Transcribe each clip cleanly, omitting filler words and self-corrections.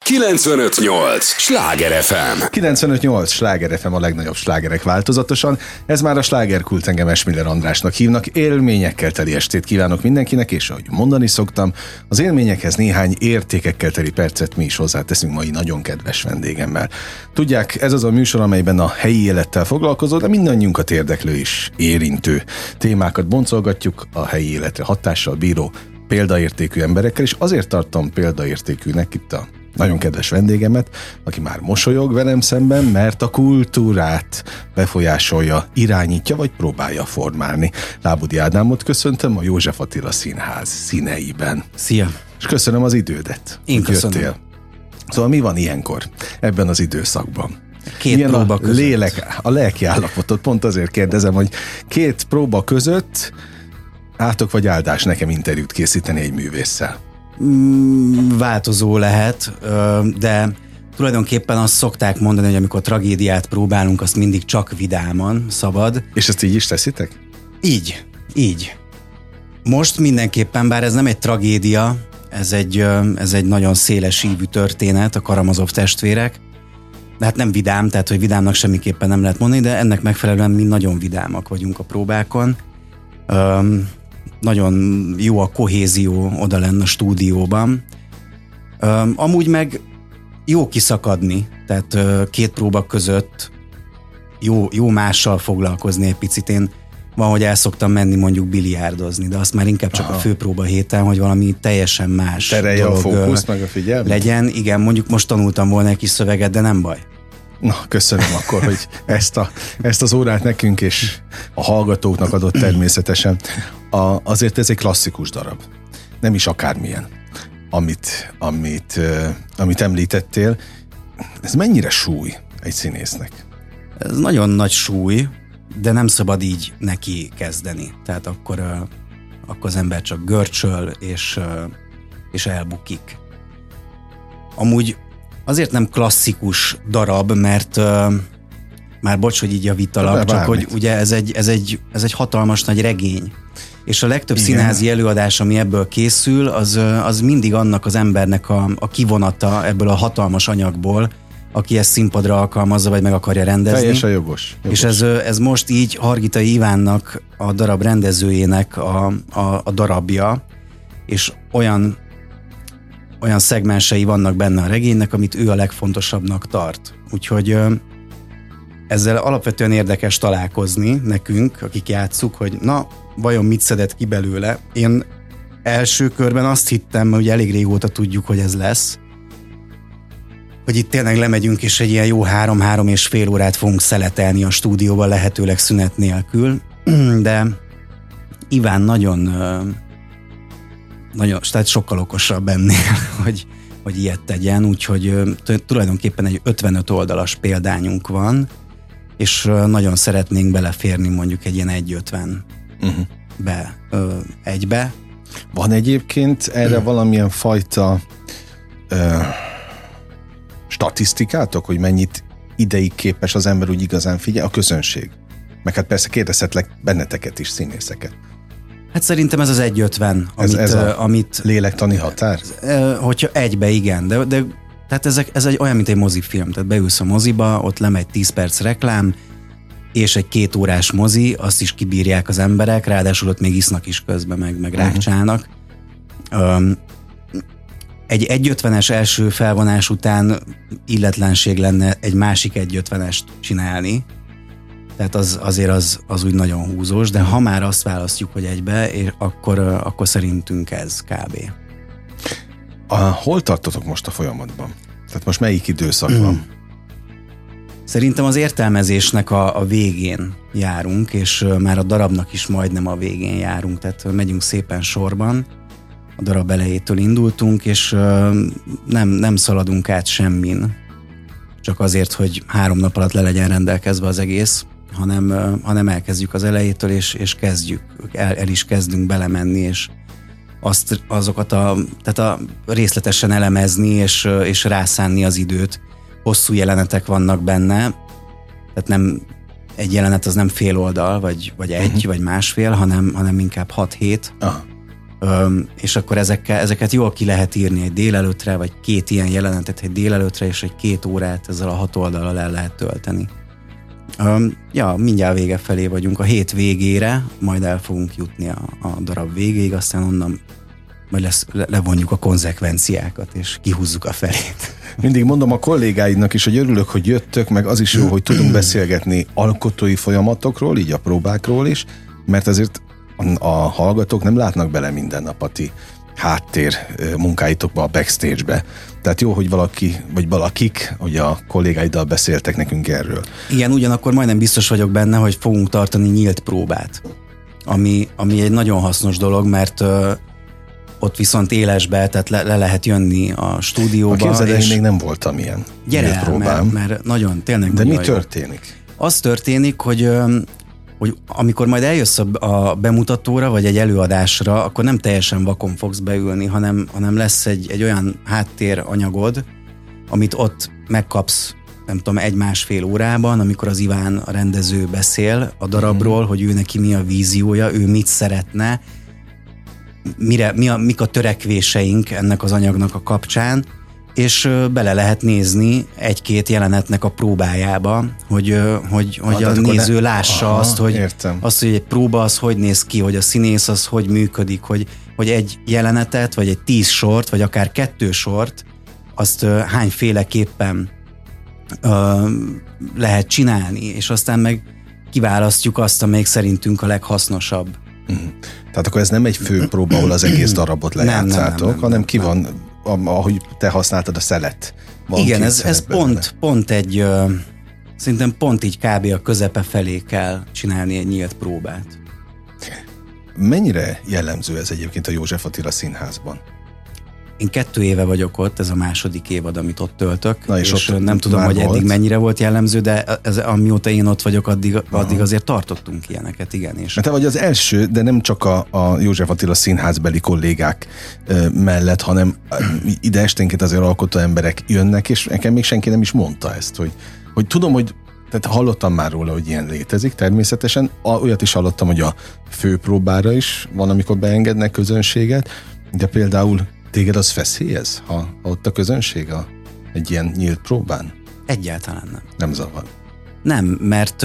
95.8 Sláger FM. 95.8 Sláger FM, a legnagyobb slágerek változatosan. Ez már a slágerkult, engem Esmiller Andrásnak hívnak. Élményekkel teli estét kívánok mindenkinek, és ahogy mondani szoktam, az élményekhez néhány értékekkel teli percet mi is hozzáteszünk mai nagyon kedves vendégemmel. Tudják, ez az a műsor, amelyben a helyi élettel foglalkozó, de mindannyiunkat érdeklő és érintő témákat boncolgatjuk, a helyi életre hatással bíró példaértékű emberekkel, és azért tartom példaértékűnek itt a nagyon kedves vendégemet, aki már mosolyog velem szemben, mert a kultúrát befolyásolja, irányítja, vagy próbálja formálni. Lábudi Ádámot köszöntöm a József Attila Színház színeiben. Szia! És köszönöm az idődet. Én köszönöm. Jöttél. Szóval mi van ilyenkor, ebben az időszakban? Két próba között. A lelki állapotot, pont azért kérdezem, hogy két próba között átok vagy áldás nekem interjút készíteni egy művésszel? Változó lehet, de tulajdonképpen azt szokták mondani, hogy amikor tragédiát próbálunk, azt mindig csak vidáman szabad. És ezt így is teszitek? Így. Most mindenképpen, bár ez nem egy tragédia, ez egy nagyon széles ívű történet, a Karamazov testvérek. De hát nem vidám, tehát hogy vidámnak semmiképpen nem lehet mondani, de ennek megfelelően mi nagyon vidámak vagyunk a próbákon. Nagyon jó a kohézió oda lenne a stúdióban. Amúgy meg jó kiszakadni, tehát két próba között jó mással foglalkozni egy picit. Én van, hogy el szoktam menni mondjuk biliárdozni, de azt már inkább csak a főpróba héten, hogy valami teljesen más terelje dolog a fókusz, meg a figyelmet legyen. Igen, mondjuk most tanultam volna egy kis szöveget, de nem baj. Na, köszönöm akkor, hogy ezt az órát nekünk és a hallgatóknak adott természetesen. Azért ez egy klasszikus darab. Nem is akármilyen, amit említettél. Ez mennyire súly egy színésznek? Ez nagyon nagy súly, de nem szabad így neki kezdeni. Tehát akkor az ember csak görcsöl, és elbukik. Amúgy azért nem klasszikus darab, mert már bocs, hogy így javítalak, csak hogy ugye ez egy hatalmas nagy regény. És a legtöbb színházi előadás, ami ebből készül, az mindig annak az embernek a kivonata ebből a hatalmas anyagból, aki ezt színpadra alkalmazza, vagy meg akarja rendezni. Teljesen jogos. És ez most így Hargitai Ivánnak, a darab rendezőjének a darabja, és olyan szegmensei vannak benne a regénynek, amit ő a legfontosabbnak tart. Úgyhogy ezzel alapvetően érdekes találkozni nekünk, akik játsszuk, hogy na, vajon mit szedett ki belőle. Én első körben azt hittem, hogy elég régóta tudjuk, hogy ez lesz, hogy itt tényleg lemegyünk, és egy ilyen jó 3 és fél órát fogunk szeletelni a stúdióban, lehetőleg szünet nélkül, de Iván nagyon, tehát sokkal okosabb ennél, hogy ilyet tegyen, úgyhogy tulajdonképpen egy 55 oldalas példányunk van, és nagyon szeretnénk beleférni mondjuk egy ilyen 1.50 egybe. Van egyébként erre valamilyen fajta statisztikátok, hogy mennyit ideig képes az ember úgy igazán figyel, a közönség? Meg hát persze kérdezhetlek benneteket is, színészeket. Hát szerintem ez az 1.50, amit lélektani határ? Hogyha egybe, igen, de tehát ez egy olyan, mint egy mozifilm, tehát beülsz a moziba, ott lemegy 10 perc reklám, és egy 2 órás mozi, azt is kibírják az emberek, ráadásul ott még isznak is közben, meg rákcsálnak. Egy 1.50-es első felvonás után illetlenség lenne egy másik 1.50-est csinálni, tehát azért az úgy nagyon húzós, de ha már azt választjuk, hogy egybe, akkor szerintünk ez kb. Hol tartotok most a folyamatban? Tehát most melyik időszak van? Szerintem az értelmezésnek a végén járunk, és már a darabnak is majdnem a végén járunk, tehát megyünk szépen sorban. A darab elejétől indultunk, és nem szaladunk át semmin, csak azért, hogy 3 nap alatt le legyen rendelkezve az egész, hanem elkezdjük az elejétől, és kezdjük, el is kezdünk belemenni, és azokat tehát részletesen elemezni, és rászánni az időt. Hosszú jelenetek vannak benne, tehát nem egy jelenet az nem fél oldal, vagy egy, vagy másfél, hanem inkább 6-7. és akkor ezeket jól ki lehet írni egy délelőttre, vagy 2 ilyen jelenetet egy délelőttre, és egy 2 órát ezzel a 6 oldallal el lehet tölteni. Mindjárt vége felé vagyunk, a hét végére, majd el fogunk jutni a darab végéig, aztán onnan majd levonjuk a konzekvenciákat, és kihúzzuk a felét. Mindig mondom a kollégáidnak is, hogy örülök, hogy jöttök, meg az is jó, hogy tudunk beszélgetni alkotói folyamatokról, így a próbákról is, mert azért a hallgatók nem látnak bele minden nap a ti háttér munkáitokba, a backstage-be. Tehát jó, hogy valaki, vagy valakik, hogy a kollégáiddal beszéltek nekünk erről. Igen, ugyanakkor majdnem biztos vagyok benne, hogy fogunk tartani nyílt próbát, ami egy nagyon hasznos dolog, mert ott viszont élesbe, tehát le lehet jönni a stúdióba. Képzeld, én még nem voltam ilyen. Gyere el, mert nagyon, tényleg. De mi történik? Az történik, hogy amikor majd eljössz a bemutatóra, vagy egy előadásra, akkor nem teljesen vakon fogsz beülni, hanem lesz egy olyan háttéranyagod, amit ott megkapsz, nem tudom, 1-1,5 órában, amikor az Iván, a rendező beszél a darabról, hogy ő neki mi a víziója, ő mit szeretne, mik a törekvéseink ennek az anyagnak a kapcsán, és bele lehet nézni 1-2 jelenetnek a próbájába, hogy a néző lássa azt, hogy egy próba az hogy néz ki, hogy a színész az hogy működik, hogy egy jelenetet, vagy egy 10 sort, vagy akár 2 sort, azt hányféleképpen lehet csinálni, és aztán meg kiválasztjuk azt, amelyik szerintünk a leghasznosabb. Tehát akkor ez nem egy fő próba, ahol az egész darabot lejátszátok, hanem ki van, ahogy te használtad a szelet. Igen, ez pont egy, szerintem pont így kb. A közepe felé kell csinálni egy nyílt próbát. Mennyire jellemző ez egyébként a József Attila Színházban? Én 2 éve vagyok ott, ez a második évad, amit ott töltök, na és ott nem tudom, hogy eddig mennyire volt jellemző, de amióta én ott vagyok, addig azért tartottunk ilyeneket, igen. És te vagy az első, de nem csak a József Attila Színházbeli kollégák mellett, hanem ide esténként azért alkotó emberek jönnek, és nekem még senki nem is mondta ezt, hogy tudom, hogy tehát hallottam már róla, hogy ilyen létezik természetesen, olyat is hallottam, hogy a főpróbára is van, amikor beengednek közönséget, de például téged az feszélyez, ha ott a közönség egy ilyen nyílt próbán? Egyáltalán nem. Nem zavar? Nem, mert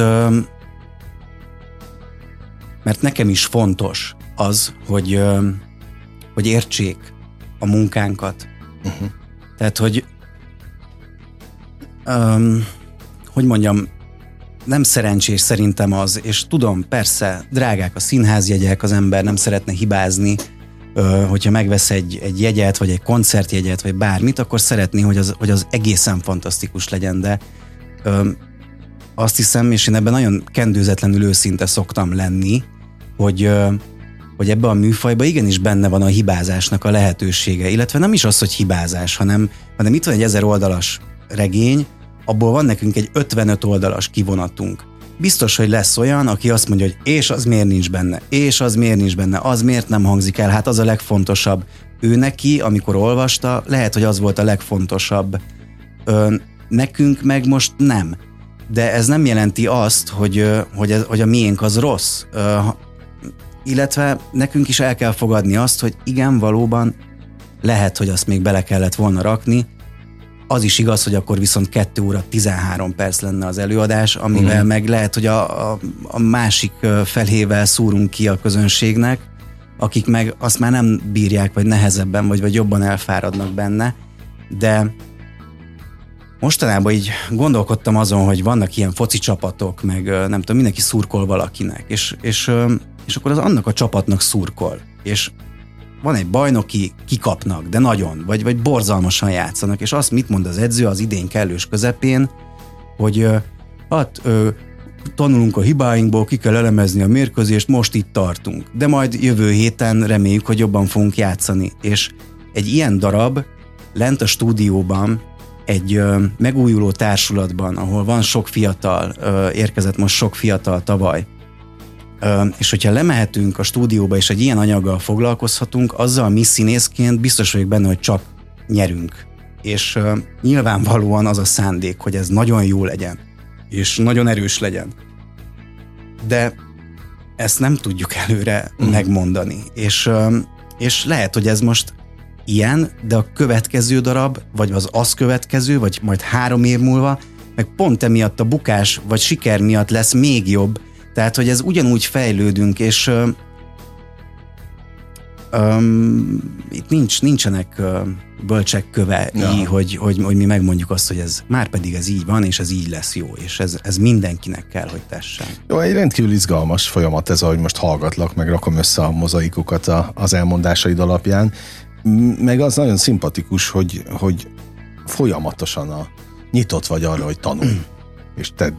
nekem is fontos az, hogy értsék a munkánkat. Tehát, hogy mondjam, nem szerencsés szerintem az, és tudom, persze, drágák a színházjegyek, az ember nem szeretne hibázni, hogyha megvesz egy jegyet, vagy egy koncertjegyet, vagy bármit, akkor szeretné, hogy az egészen fantasztikus legyen, de azt hiszem, és én ebben nagyon kendőzetlenül őszinte szoktam lenni, hogy ebben a műfajban igenis benne van a hibázásnak a lehetősége, illetve nem is az, hogy hibázás, hanem itt van egy 1000 oldalas regény, abból van nekünk egy 55 oldalas kivonatunk. Biztos, hogy lesz olyan, aki azt mondja, hogy és az miért nincs benne, és az miért nincs benne, az miért nem hangzik el, hát az a legfontosabb. Ő neki, amikor olvasta, lehet, hogy az volt a legfontosabb. Nekünk meg most nem. De ez nem jelenti azt, hogy a miénk az rossz. Illetve nekünk is el kell fogadni azt, hogy igen, valóban lehet, hogy azt még bele kellett volna rakni. Az is igaz, hogy akkor viszont 2 óra 13 perc lenne az előadás, amivel meg lehet, hogy a másik felével szúrunk ki a közönségnek, akik meg azt már nem bírják, vagy nehezebben, vagy jobban elfáradnak benne, de mostanában így gondolkodtam azon, hogy vannak ilyen foci csapatok, meg nem tudom, mindenki szurkol valakinek, és akkor az annak a csapatnak szurkol, és van egy bajnoki, kikapnak, de nagyon, vagy borzalmasan játszanak, és azt mit mond az edző az idény kellős közepén, hogy tanulunk a hibáinkból, ki kell elemezni a mérkőzést, most itt tartunk, de majd jövő héten reméljük, hogy jobban fogunk játszani. És egy ilyen darab lent a stúdióban, egy megújuló társulatban, ahol van sok fiatal, érkezett most sok fiatal tavaly, és hogyha lemehetünk a stúdióba, és egy ilyen anyaggal foglalkozhatunk, azzal mi színészként biztos vagyok benne, hogy csak nyerünk. És nyilvánvalóan az a szándék, hogy ez nagyon jó legyen, és nagyon erős legyen. De ezt nem tudjuk előre megmondani. És És lehet, hogy ez most ilyen, de a következő darab, vagy az következő, vagy majd 3 év múlva, meg pont emiatt a bukás, vagy siker miatt lesz még jobb. Tehát, hogy ez ugyanúgy fejlődünk, és itt nincsenek bölcsek kövei, hogy mi megmondjuk azt, hogy ez már pedig ez így van, és ez így lesz jó, és ez mindenkinek kell, hogy tessen. Jó, egy rendkívül izgalmas folyamat ez, ahogy most hallgatlak, meg rakom össze a mozaikokat az elmondásaid alapján, meg az nagyon szimpatikus, hogy folyamatosan nyitott vagy arra, hogy tanulj, és tedd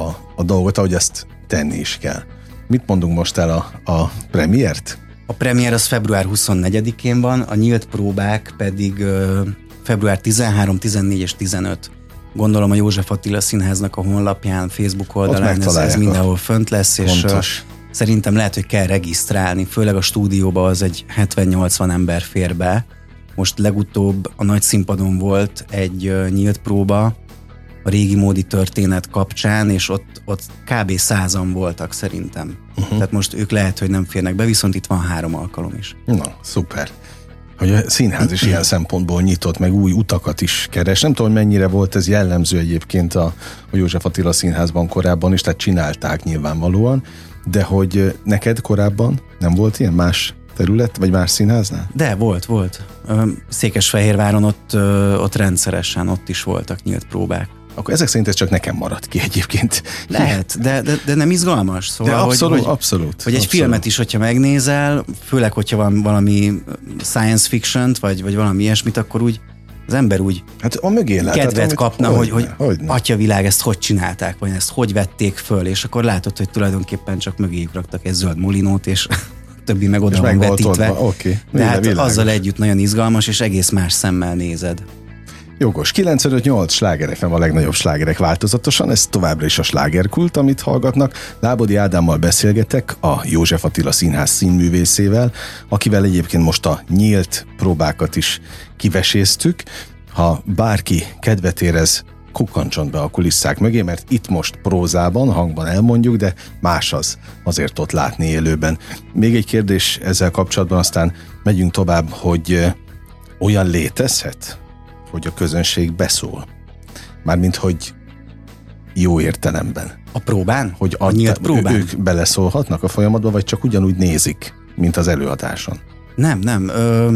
a dolgot, ahogy ezt tenni is kell. Mit mondunk most el a premiért? A premier az február 24-én van, a nyílt próbák pedig február 13, 14 és 15. Gondolom a József Attila Színháznak a honlapján, Facebook oldalán ez mindenhol fönt lesz, és szerintem lehet, hogy kell regisztrálni, főleg a stúdióba az egy 70-80 ember fér be. Most legutóbb a nagy színpadon volt egy nyílt próba a régi módi történet kapcsán, és ott kb. 100-an voltak szerintem. Tehát most ők lehet, hogy nem férnek be, viszont itt van 3 alkalom is. Na, szuper. Hogy a színház is ilyen szempontból nyitott, meg új utakat is keres. Nem tudom, mennyire volt ez jellemző egyébként a József Attila Színházban korábban is, tehát csinálták nyilvánvalóan, de hogy neked korábban nem volt ilyen más terület, vagy más színháznál? De volt. Székesfehérváron ott rendszeresen, ott is voltak nyílt próbák. Akkor ezek szerint ez csak nekem maradt ki egyébként. Lehet, de nem izgalmas. Szóval, de abszolút. Hogy egy filmet is, hogyha megnézel, főleg, hogyha van valami science fiction-t, vagy valami ilyesmit, akkor úgy az ember úgy kedvet kapna, hogy atyavilág, ezt hogy csinálták, vagy ezt hogy vették föl, és akkor látod, hogy tulajdonképpen csak mögéjük raktak egy zöld molinót, és többi meg oda van vetítve. Okay. De hát azzal együtt nagyon izgalmas, és egész más szemmel nézed. Jogos. 95.8 Sláger FM a legnagyobb slágerek változatosan, ez továbbra is a slágerkult, amit hallgatnak. Lábodi Ádámmal beszélgetek, a József Attila Színház színművészével, akivel egyébként most a nyílt próbákat is kiveséztük. Ha bárki kedvet érez, kukkancson be a kulisszák mögé, mert itt most prózában, hangban elmondjuk, de más az azért ott látni élőben. Még egy kérdés ezzel kapcsolatban, aztán megyünk tovább, hogy olyan létezhet, hogy a közönség beszól. Mármint, hogy jó értelemben. A próbán? Hogy a nyílt próbán? Ők beleszólhatnak a folyamatba, vagy csak ugyanúgy nézik, mint az előadáson? Nem.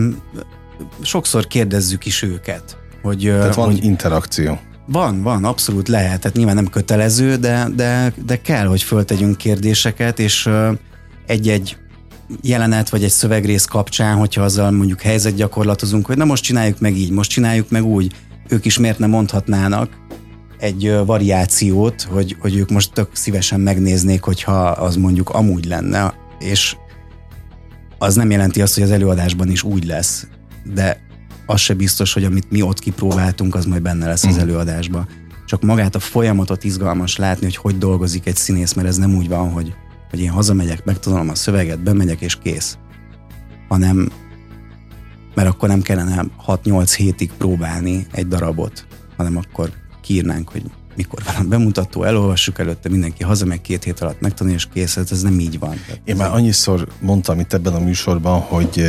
Sokszor kérdezzük is őket. Tehát van interakció. Van, abszolút lehet. Tehát nyilván nem kötelező, de kell, hogy föltegyünk kérdéseket, és egy-egy jelenet, vagy egy szövegrész kapcsán, hogyha azzal mondjuk helyzetgyakorlatozunk, hogy na most csináljuk meg így, most csináljuk meg úgy, ők is miért nem mondhatnának egy variációt, hogy ők most tök szívesen megnéznék, hogyha az mondjuk amúgy lenne, és az nem jelenti azt, hogy az előadásban is úgy lesz, de az se biztos, hogy amit mi ott kipróbáltunk, az majd benne lesz az előadásban. Csak magát a folyamatot izgalmas látni, hogy dolgozik egy színész, mert ez nem úgy van, hogy én hazamegyek, megtanulom a szöveget, bemegyek és kész. Hanem, mert akkor nem kellene 6-8 hétig próbálni egy darabot, hanem akkor kiírnánk, hogy mikor van a bemutató, elolvassuk előtte, mindenki hazamegy 2 hét alatt megtanulja, és kész, ez nem így van. Én már annyiszor mondtam itt ebben a műsorban, hogy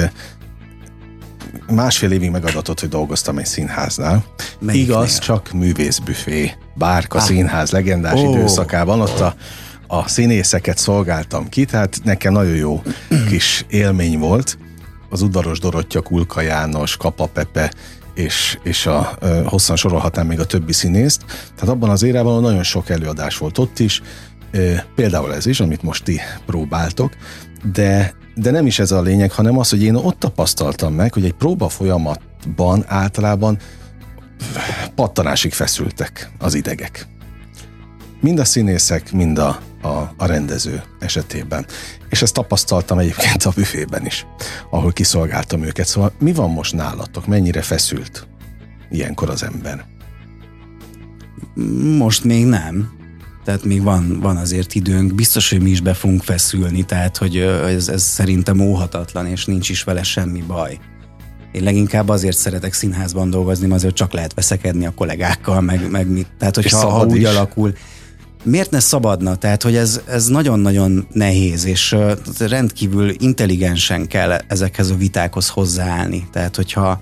1,5 évig megadatott, hogy dolgoztam egy színháznál. Melyiknél? Igaz, csak művészbüfé. Bárka Színház legendás időszakában, ott a színészeket szolgáltam ki, tehát nekem nagyon jó kis élmény volt. Az Udvaros Dorottya, Kulka János, Kapa Pepe, és hosszan sorolhatnám még a többi színészt. Tehát abban az érában nagyon sok előadás volt ott is, például ez is, amit most ti próbáltok, de nem is ez a lényeg, hanem az, hogy én ott tapasztaltam meg, hogy egy próba folyamatban általában pattanásig feszültek az idegek. Mind a színészek, mind a rendező esetében. És ezt tapasztaltam egyébként a büfében is, ahol kiszolgáltam őket. Szóval mi van most nálatok? Mennyire feszült ilyenkor az ember? Most még nem. Tehát még van azért időnk. Biztos, hogy mi is be fogunk feszülni, tehát hogy ez szerintem óhatatlan, és nincs is vele semmi baj. Én leginkább azért szeretek színházban dolgozni, mert azért csak lehet veszekedni a kollégákkal, meg mit. Tehát, hogyha úgy alakul, miért ne szabadna? Tehát, hogy ez nagyon-nagyon nehéz, és rendkívül intelligensen kell ezekhez a vitákhoz hozzáállni. Tehát, hogyha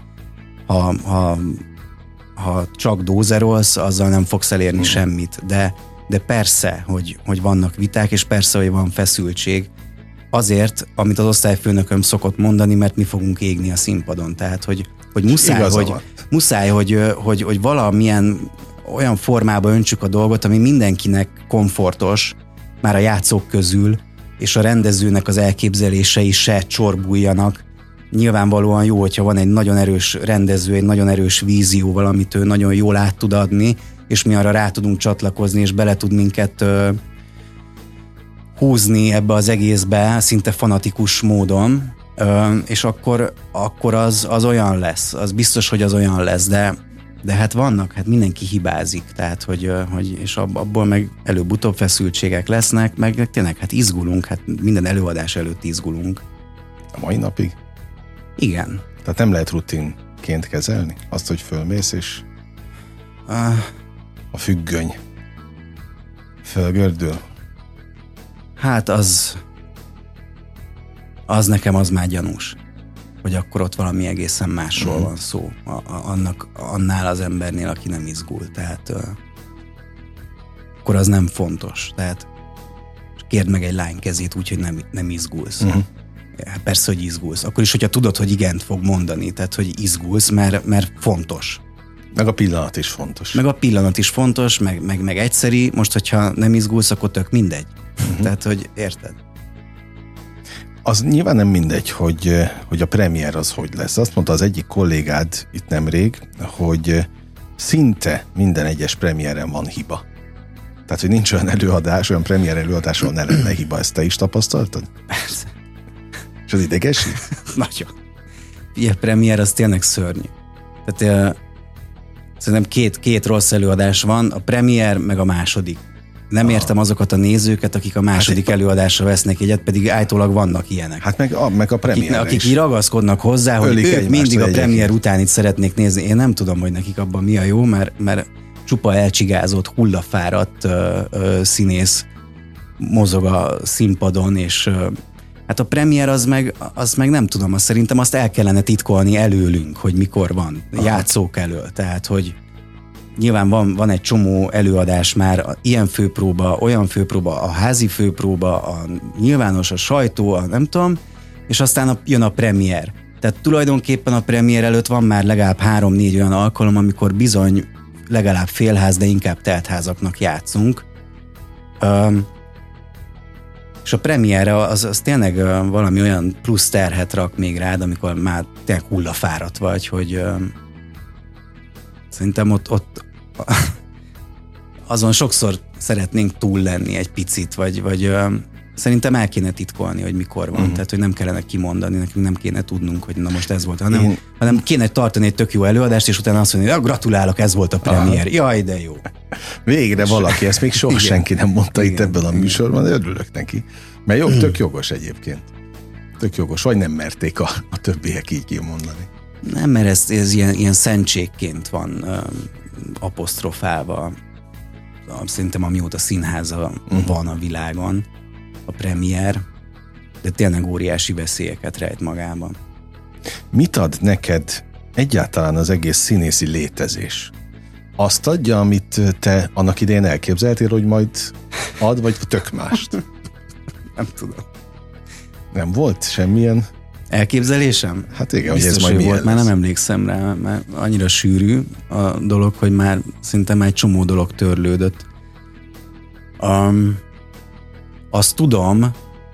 ha csak dózerolsz, azzal nem fogsz elérni semmit. De persze, hogy vannak viták, és persze, hogy van feszültség. Azért, amit az osztályfőnököm szokott mondani, mert mi fogunk égni a színpadon. Tehát, hogy muszáj, hogy valamilyen olyan formába öntsük a dolgot, ami mindenkinek komfortos, már a játszók közül, és a rendezőnek az elképzelései se csorbuljanak. Nyilvánvalóan jó, hogyha van egy nagyon erős rendező, egy nagyon erős vízió, valamit ő nagyon jól át tud adni, és mi arra rá tudunk csatlakozni, és bele tud minket húzni ebbe az egészbe, szinte fanatikus módon, és akkor az olyan lesz. Az biztos, hogy az olyan lesz, de hát vannak, hát mindenki hibázik, tehát, hogy és abból meg előbb-utóbb feszültségek lesznek, meg tényleg hát izgulunk, hát minden előadás előtt izgulunk. A mai napig? Igen. Tehát nem lehet rutinként kezelni? Azt, hogy fölmész, és a függöny fölgördül? Hát az nekem az már gyanús, hogy akkor ott valami egészen másról van szó, annál az embernél, aki nem izgul. Tehát akkor az nem fontos. Tehát kérd meg egy lány kezét úgy, hogy nem izgulsz. Persze, hogy izgulsz. Akkor is, hogyha tudod, hogy igent fog mondani, tehát, hogy izgulsz, mert fontos. Meg a pillanat is fontos. Meg a pillanat is fontos, meg egyszeri. Most, hogyha nem izgulsz, akkor tök mindegy. Tehát, hogy érted? Az nyilván nem mindegy, hogy a premier az hogy lesz. Azt mondta az egyik kollégád itt nemrég, hogy szinte minden egyes premiéren van hiba. Tehát, hogy nincs olyan előadás, olyan premier előadás, ahol ne lenne hiba. Ezt te is tapasztaltad? Persze. És az idegesít? Nagyon. Ilyen premier az tényleg szörnyű. Tehát szerintem két rossz előadás van, a premier meg a második. Nem értem azokat a nézőket, akik a második előadásra vesznek egyet, pedig állítólag vannak ilyenek. Hát meg a premier akik így ragaszkodnak hozzá, hogy ők mindig a premier után itt szeretnék nézni. Én nem tudom, hogy nekik abban mi a jó, mert csupa elcsigázott, hullafáradt színész mozog a színpadon, és hát a premier az meg nem tudom, szerintem azt el kellene titkolni előlünk, hogy mikor van, játszók elől. Tehát, hogy nyilván van egy csomó előadás már, ilyen főpróba, olyan főpróba, a házi főpróba, a nyilvános, a sajtó, nem tudom, és aztán jön a premier. Tehát tulajdonképpen a premier előtt van már legalább 3-4 olyan alkalom, amikor bizony legalább félház, de inkább teltházaknak játszunk. És a premierre az tényleg valami olyan plusz terhet rak még rád, amikor már tényleg hullafáradt vagy, hogy szerintem ott azon sokszor szeretnénk túl lenni egy picit, vagy szerintem el kéne titkolni, hogy mikor van. Tehát, hogy nem kellene kimondani, nekünk nem kéne tudnunk, hogy na most ez volt, hanem kéne tartani egy tök jó előadást, és utána azt mondani, gratulálok, ez volt a premier. Jaj, de jó. Végre valaki, ezt még soha senki nem mondta itt ebben a műsorban, de örülök neki. Mert tök jogos egyébként. Tök jogos, vagy nem merték a többiek így kimondani. Nem, mert ez ilyen szentségként van apostrofálva. Szerintem amióta színháza van a világon, a premier, de tényleg óriási veszélyeket rejt magában. Mit ad neked egyáltalán az egész színészi létezés? Azt adja, amit te annak idején elképzeltél, hogy majd ad, vagy tök mást? Nem tudom. Nem volt semmilyen elképzelésem? Hát igen, biztos, hogy ez majd milyen volt, már nem emlékszem rá, mert annyira sűrű a dolog, hogy már szinte már egy csomó dolog törlődött. Azt tudom,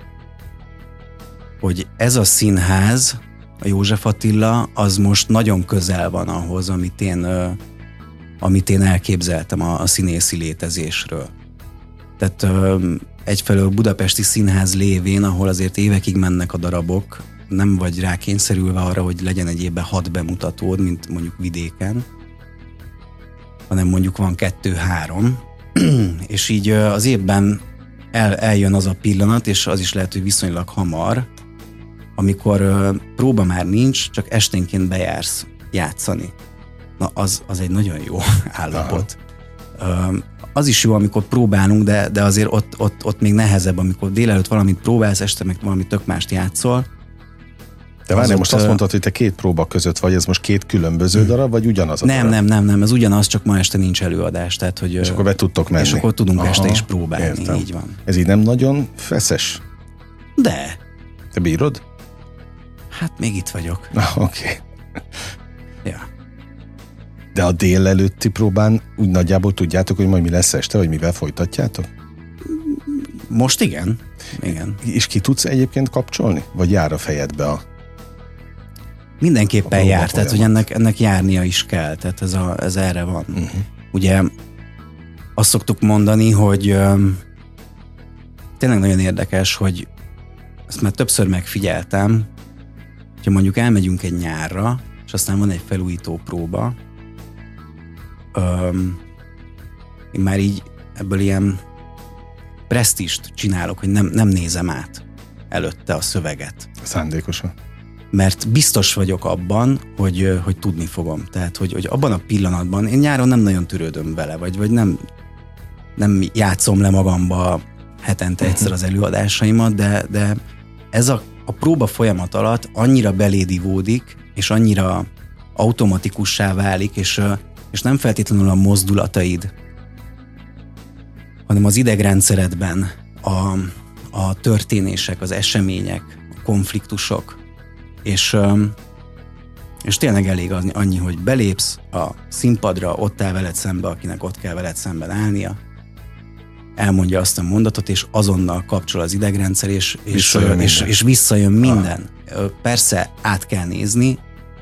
hogy ez a színház, a József Attila, az most nagyon közel van ahhoz, amit én elképzeltem a színészi létezésről. Tehát egyfelől Budapesti Színház lévén, ahol azért évekig mennek a darabok, nem vagy rákényszerülve arra, hogy legyen egy évben 6 bemutatód, mint mondjuk vidéken, hanem mondjuk van 2-3, és így az évben eljön az a pillanat, és az is lehet, hogy viszonylag hamar, amikor próba már nincs, csak esténként bejársz játszani. Na, az egy nagyon jó állapot. Az is jó, amikor próbálunk, de azért ott még nehezebb, amikor délelőtt valamit próbálsz, este meg valami tök mást játszol. De várjál, most azt mondtad, hogy te 2 próba között vagy, ez most 2 különböző darab, vagy ugyanaz a darab? Nem, ez ugyanaz, csak ma este nincs előadás. Tehát, hogy, és akkor be tudtok menni. És akkor tudunk este is próbálni, értem. Így van. Ez így nem nagyon feszes? De. Te bírod? Hát még itt vagyok. Oké. Ja. De a délelőtti próbán úgy nagyjából tudjátok, hogy majd mi lesz este, vagy mivel folytatjátok? Most igen. És ki tudsz egyébként kapcsolni? Vagy jár a fejedbe a... Mindenképpen jár, tehát hogy ennek járnia is kell, tehát ez erre van. Uh-huh. Ugye azt szoktuk mondani, hogy tényleg nagyon érdekes, hogy ezt már többször megfigyeltem, hogyha mondjuk elmegyünk egy nyárra, és aztán van egy felújító próba, én már így ebből ilyen presztízst csinálok, hogy nem nézem át előtte a szöveget. Szándékosan. Mert biztos vagyok abban, hogy tudni fogom. Tehát, hogy abban a pillanatban, én nyáron nem nagyon törődöm vele, vagy nem játszom le magamba hetente egyszer az előadásaimat, de ez a próba folyamat alatt annyira beléd ivódik, és annyira automatikussá válik, és nem feltétlenül a mozdulataid, hanem az idegrendszeredben a történések, az események, a konfliktusok, és tényleg elég annyi, hogy belépsz a színpadra, ott áll veled szembe, akinek ott kell veled szemben állnia, elmondja azt a mondatot, és azonnal kapcsol az idegrendszer, és visszajön minden. Persze át kell nézni,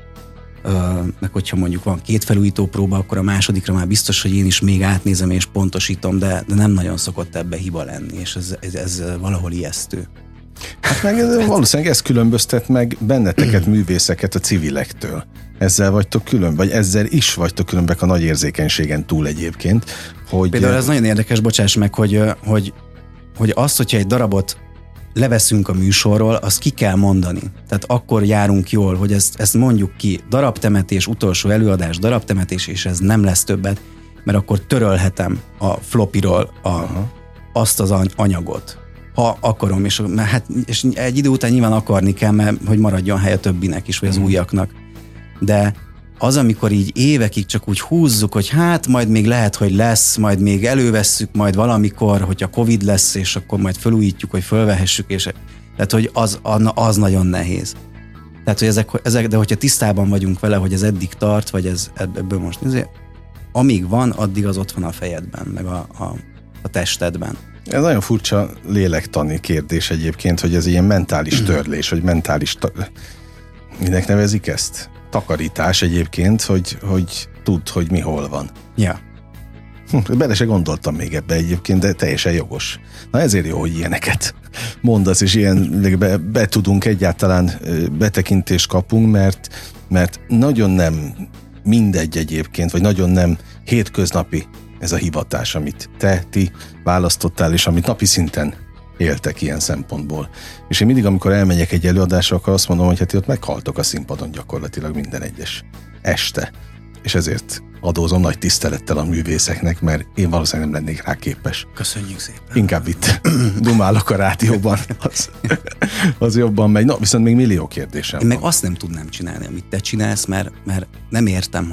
meg hogyha mondjuk van 2 felújító próba, akkor a másodikra már biztos, hogy én is még átnézem és pontosítom, de nem nagyon szokott ebbe hiba lenni, és ez valahol ijesztő. Hát meg valószínűleg ez különböztet meg benneteket, művészeket a civilektől. Ezzel vagytok külön, vagy ezzel is vagytok különbek a nagy érzékenységen túl egyébként. Hogy... Például ez nagyon érdekes, bocsáss meg, hogy azt, hogyha egy darabot leveszünk a műsorról, azt ki kell mondani. Tehát akkor járunk jól, hogy ezt mondjuk ki. Darabtemetés, utolsó előadás, darabtemetés, és ez nem lesz többet, mert akkor törölhetem a flopiról azt az anyagot. Ha akarom, és egy idő után nyilván akarni kell, mert hogy maradjon hely a többinek is, vagy az újaknak. De az, amikor így évekig csak úgy húzzuk, hogy hát majd még lehet, hogy lesz, majd még elővesszük, majd valamikor, hogyha Covid lesz, és akkor majd felújítjuk, hogy fölvehessük, és tehát, hogy az nagyon nehéz. Tehát, hogy ezek, de hogyha tisztában vagyunk vele, hogy ez eddig tart, vagy ebből most nézzé, amíg van, addig az ott van a fejedben, meg a testedben. Ez nagyon furcsa lélektani kérdés egyébként, hogy ez ilyen mentális törlés, vagy mentális, minek nevezik ezt? Takarítás egyébként, hogy tudd, hogy mi hol van. Ja. Bele se gondoltam még ebbe egyébként, de teljesen jogos. Na ezért jó, hogy ilyeneket mondasz, és ilyen be tudunk egyáltalán betekintést kapunk, mert nagyon nem mindegy egyébként, vagy nagyon nem hétköznapi ez a hivatás, amit ti választottál, és amit napi szinten éltek ilyen szempontból. És én mindig, amikor elmegyek egy előadásra, akkor azt mondom, hogy hát ti ott meghaltok a színpadon gyakorlatilag minden egyes este. És ezért adózom nagy tisztelettel a művészeknek, mert én valószínűleg nem lennék rá képes. Köszönjük szépen. Inkább itt dumálok a rádióban. Az jobban megy. No, viszont még millió kérdésem én van. Meg azt nem tudnám csinálni, amit te csinálsz, mert nem értem,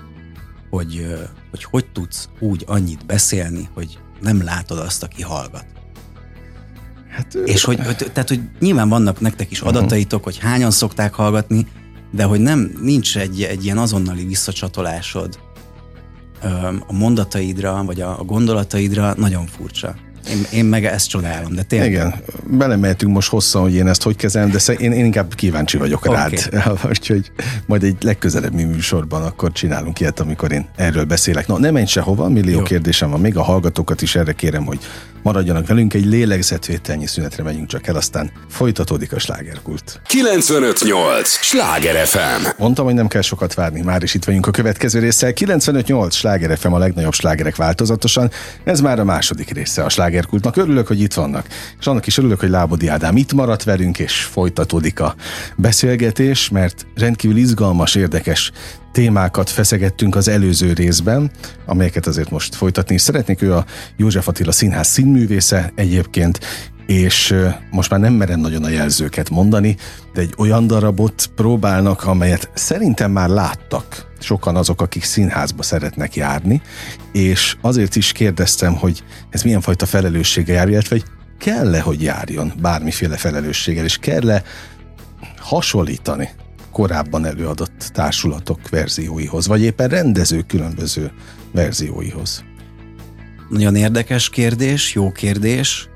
hogy tudsz úgy annyit beszélni, hogy nem látod azt, aki hallgat. Hát, és tehát, hogy nyilván vannak nektek is adataitok, hogy hányan szokták hallgatni, de hogy nincs egy ilyen azonnali visszacsatolásod a mondataidra, vagy a gondolataidra, nagyon furcsa. Én meg ezt csodálom, de tényleg. Igen, belemeltünk most hosszan, hogy én ezt hogy kezelem, de én inkább kíváncsi vagyok rád. Úgyhogy majd egy legközelebbi műsorban akkor csinálunk ilyet, amikor én erről beszélek. Na, ne menj sehova, millió kérdésem van még, a hallgatókat is erre kérem, hogy maradjanak velünk, egy lélegzetvételnyi szünetre megyünk csak el, aztán folytatódik a slágerkult. 95.8 Sláger FM. Mondtam, hogy nem kell sokat várni, már is itt vagyunk a következő résszel. 95.8 Sláger FM, a legnagyobb slágerek változatosan. Ez már a második része a slágerkultnak. Örülök, hogy itt vannak. És annak is örülök, hogy Lábodi Ádám itt maradt velünk, és folytatódik a beszélgetés, mert rendkívül izgalmas, érdekes témákat feszegettünk az előző részben, amelyeket azért most folytatni is szeretnék. Ő a József Attila Színház színművésze egyébként, és most már nem merem nagyon a jelzőket mondani, de egy olyan darabot próbálnak, amelyet szerintem már láttak sokan azok, akik színházba szeretnek járni, és azért is kérdeztem, hogy ez milyen fajta felelősséggel jár, illetve kell-e, hogy járjon bármiféle felelősséggel, és kell-e hasonlítani korábban előadott társulatok verzióihoz, vagy éppen rendezők különböző verzióihoz? Nagyon érdekes kérdés, jó kérdés.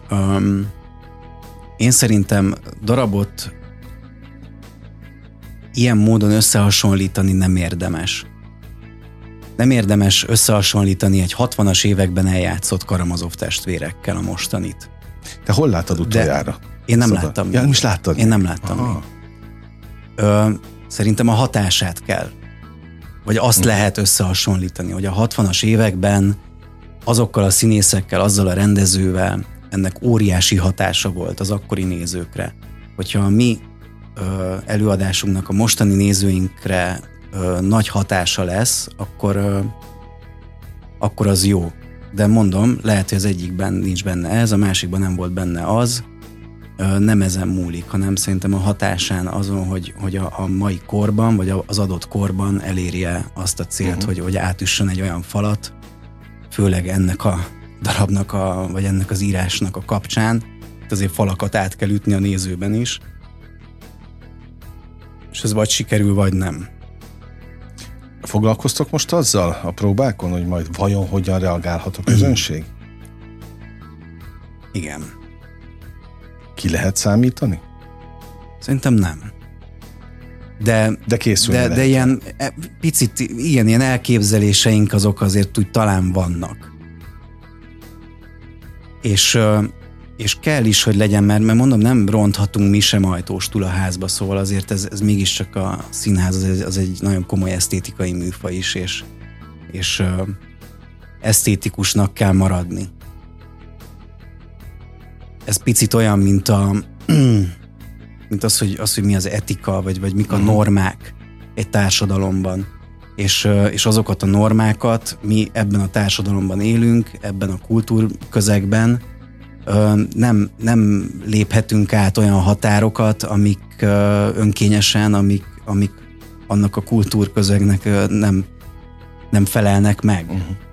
Én szerintem darabot ilyen módon összehasonlítani nem érdemes. Nem érdemes összehasonlítani egy 60-as években eljátszott Karamazov testvérekkel a mostanit. Te hol láttad utoljára? Én nem láttam. Ja, nem is láttad? Én nem láttam. Szerintem a hatását kell. Vagy azt lehet összehasonlítani, hogy a 60-as években azokkal a színészekkel, azzal a rendezővel ennek óriási hatása volt az akkori nézőkre. Hogyha a mi előadásunknak a mostani nézőinkre nagy hatása lesz, akkor az jó. De mondom, lehet, hogy az egyikben nincs benne ez, a másikban nem volt benne az. Nem ezen múlik, hanem szerintem a hatásán azon, hogy a mai korban, vagy az adott korban elérje azt a célt, hogy átüssön egy olyan falat, főleg ennek a darabnak, vagy ennek az írásnak a kapcsán. Azért falakat át kell ütni a nézőben is. És ez vagy sikerül, vagy nem. Foglalkoztok most azzal a próbákon, hogy majd vajon hogyan reagálhat a közönség? Igen. Ki lehet számítani? Szerintem nem. De készülni de ilyen picit, ilyen elképzeléseink azok azért úgy talán vannak. És kell is, hogy legyen, mert mondom, nem ronthatunk mi sem ajtóstul a házba, szóval azért ez mégiscsak a színház, az egy nagyon komoly esztétikai műfaj is, és esztétikusnak kell maradni. Ez picit olyan, mint az, hogy mi az etika, vagy mik a normák egy társadalomban. És azokat a normákat mi ebben a társadalomban élünk, ebben a kultúrközegben, nem léphetünk át olyan határokat, amik önkényesen, amik annak a kultúrközegnek nem felelnek meg.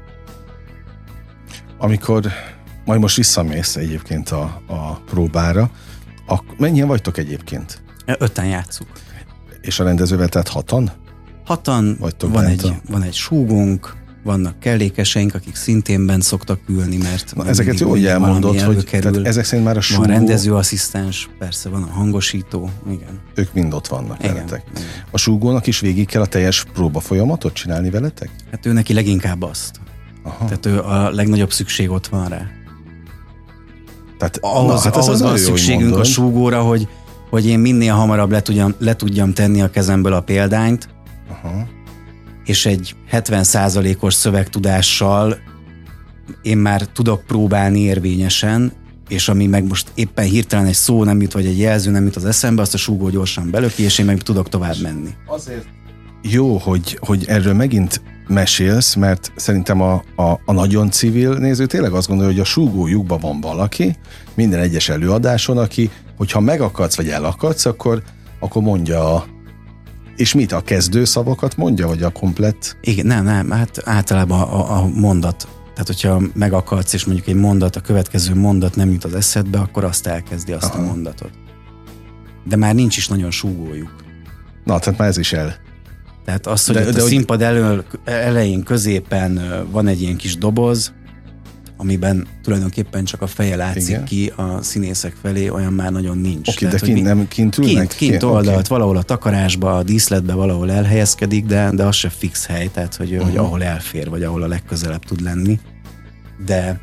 Amikor majd most visszamész egyébként a próbára, mennyien vagytok egyébként? 5-en játszuk. És a rendezővel, tehát 6-an? 6-an, van egy súgónk, vannak kellékeseink, akik szintén bent szoktak ülni, mert... ezeket jól elmondod, hogy ezek szerint már a súgó... Van rendezőasszisztens, persze van a hangosító, igen. Ők mind ott vannak veletek. A súgónak is végig kell a teljes próba folyamatot csinálni veletek? Hát ő neki leginkább azt. Aha. Tehát ő a legnagyobb szükség ott van rá. Tehát ahhoz van szükségünk a súgóra, hogy én minél hamarabb le tudjam tenni a kezemből a példányt, és egy 70%-os szövegtudással én már tudok próbálni érvényesen, és ami meg most éppen hirtelen egy szó nem jut, vagy egy jelző nem jut az eszembe, azt a súgó gyorsan belöki, és én meg tudok tovább menni. Azért jó, hogy erről megint mesélsz, mert szerintem a nagyon civil néző tényleg azt gondolja, hogy a súgójukban van valaki, minden egyes előadáson, aki, hogyha megakadsz, vagy elakadsz, akkor mondja és mit, a kezdő szavakat mondja, vagy a komplett? Igen, nem, hát általában a mondat. Tehát, hogyha megakadsz, és mondjuk egy mondat, a következő mondat nem jut az eszedbe, akkor azt elkezdi azt a mondatot. De már nincs is nagyon súgójuk. Na, tehát már ez is el. Tehát az, hogy a színpad elején, középen van egy ilyen kis doboz, amiben tulajdonképpen csak a feje látszik ki a színészek felé, olyan már nagyon nincs. Oké, de kint ülnek? Kint oldalt, valahol a takarásba, a díszletbe valahol elhelyezkedik, de az se fix hely, tehát hogy ahol elfér, vagy ahol a legközelebb tud lenni. De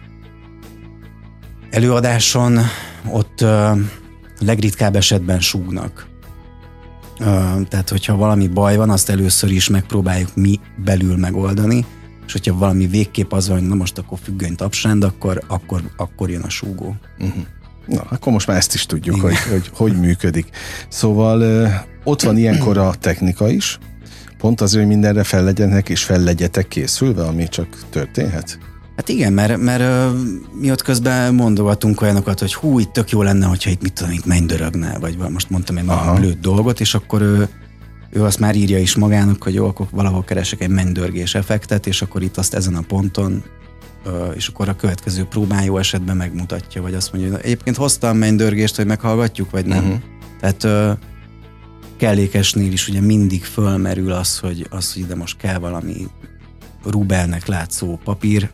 előadáson ott legritkább esetben súgnak. Tehát, hogyha valami baj van, azt először is megpróbáljuk mi belül megoldani, és hogyha valami végképp az van, hogy na most akkor függöny tapsrend, akkor jön a súgó. Na, akkor most már ezt is tudjuk, hogy működik. Szóval ott van ilyenkor a technika is, pont azért, hogy mindenre fel legyetek készülve, ami csak történhet? Hát igen, mert mi ott közben mondogatunk olyanokat, hogy hú, itt tök jó lenne, hogyha itt mit tudom, itt mennydörögne, vagy most mondtam egy nagyon lőtt dolgot, és akkor ő azt már írja is magának, hogy jó, akkor valahol keresek egy mennydörgés effektet, és akkor itt azt ezen a ponton, és akkor a következő próbán jó esetben megmutatja, vagy azt mondja, hogy egyébként hoztam mennydörgést, hogy meghallgatjuk, vagy nem. Tehát kellékesnél is ugye mindig fölmerül az, hogy ide most kell valami rubelnek látszó papír,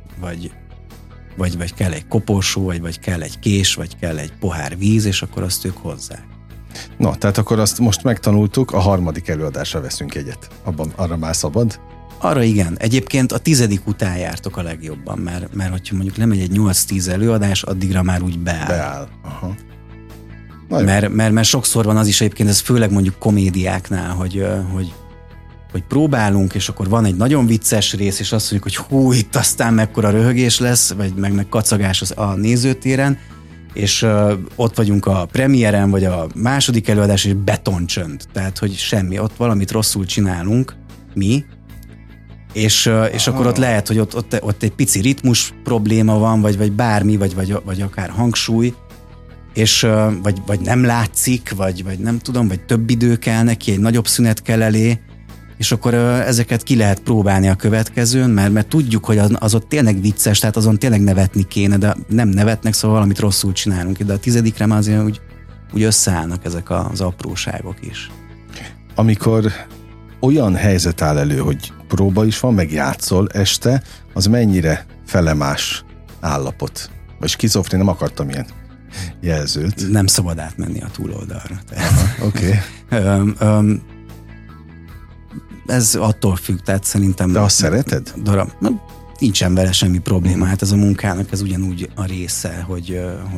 vagy kell egy koporsó, vagy kell egy kés, vagy kell egy pohár víz, és akkor azt ők hozzák. Na, tehát akkor azt most megtanultuk, a harmadik előadásra veszünk egyet. Arra már szabad? Arra igen. Egyébként a 10. után jártok a legjobban, mert hogyha mondjuk lemegy egy 8-10 előadás, addigra már úgy beáll. Aha. Mert sokszor van az is egyébként, ez főleg mondjuk komédiáknál, hogy próbálunk, és akkor van egy nagyon vicces rész, és azt mondjuk, hogy hú, itt aztán mekkora röhögés lesz, vagy meg kacagás a nézőtéren, és ott vagyunk a premiéren, vagy a második előadás, és betoncsönd. Tehát, hogy semmi, ott valamit rosszul csinálunk, mi, és akkor ott lehet, hogy ott egy pici ritmus probléma van, vagy bármi, vagy akár hangsúly, és vagy nem látszik, vagy nem tudom, vagy több idő kell neki, egy nagyobb szünet kell elé, és akkor ezeket ki lehet próbálni a következőn, mert tudjuk, hogy az ott tényleg vicces, tehát azon tényleg nevetni kéne, de nem nevetnek, szóval valamit rosszul csinálunk. De a 10-re már azért úgy összeállnak ezek az apróságok is. Amikor olyan helyzet áll elő, hogy próba is van, meg játszol este, az mennyire felemás állapot? Vagy skizofrén, nem akartam ilyen jelzőt. Nem szabad átmenni a túloldalra. Oké. Ez attól függ, tehát szerintem... De azt szereted? Nincsen vele semmi probléma, hát ez a munkának ez ugyanúgy a része, hogy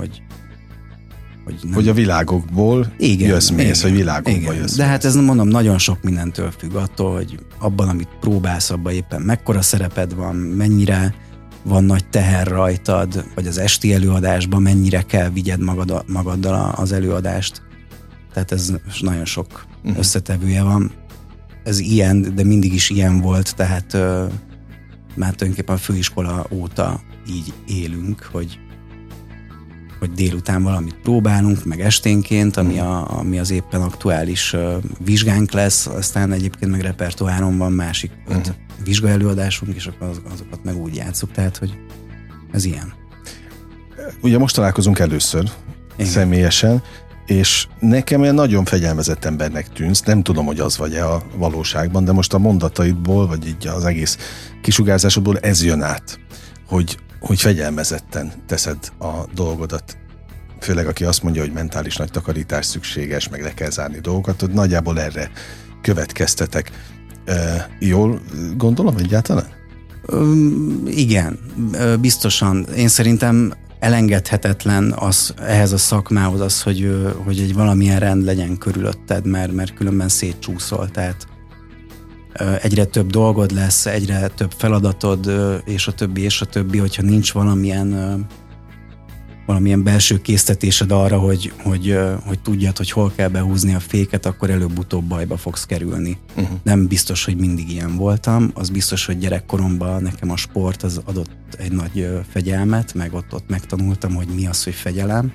nem. Hogy a világokból jössz-mész, hogy világokból jössz. De hát ez mondom, nagyon sok mindentől függ attól, hogy abban, amit próbálsz, abban éppen mekkora szereped van, mennyire van nagy teher rajtad, vagy az esti előadásban mennyire kell vigyed magaddal az előadást. Tehát ez nagyon sok összetevője van. Ez ilyen, de mindig is ilyen volt, tehát már tulajdonképpen a főiskola óta így élünk, hogy délután valamit próbálunk, meg esténként, ami az éppen aktuális vizsgánk lesz, aztán egyébként meg repertoáron van másik 5 vizsgaelőadásunk, és akkor azokat meg úgy játsszuk, tehát hogy ez ilyen. Ugye most találkozunk először, személyesen, és nekem olyan nagyon fegyelmezett embernek tűnsz, nem tudom, hogy az vagy-e a valóságban, de most a mondataidból, vagy így az egész kisugárzásodból ez jön át, hogy fegyelmezetten teszed a dolgodat. Főleg aki azt mondja, hogy mentális nagy takarítás szükséges, meg le kell zárni dolgokat, hogy nagyjából erre következtetek. Jól gondolom egyáltalán? Igen, biztosan. Én szerintem elengedhetetlen ehhez a szakmához az, hogy egy valamilyen rend legyen körülötted, mert különben szétcsúszol, tehát egyre több dolgod lesz, egyre több feladatod, és a többi, hogyha nincs valamilyen belső késztetésed arra, hogy tudjad, hogy hol kell behúzni a féket, akkor előbb-utóbb bajba fogsz kerülni. Nem biztos, hogy mindig ilyen voltam, az biztos, hogy gyerekkoromban nekem a sport az adott egy nagy fegyelmet, meg ott megtanultam, hogy mi az, hogy fegyelem.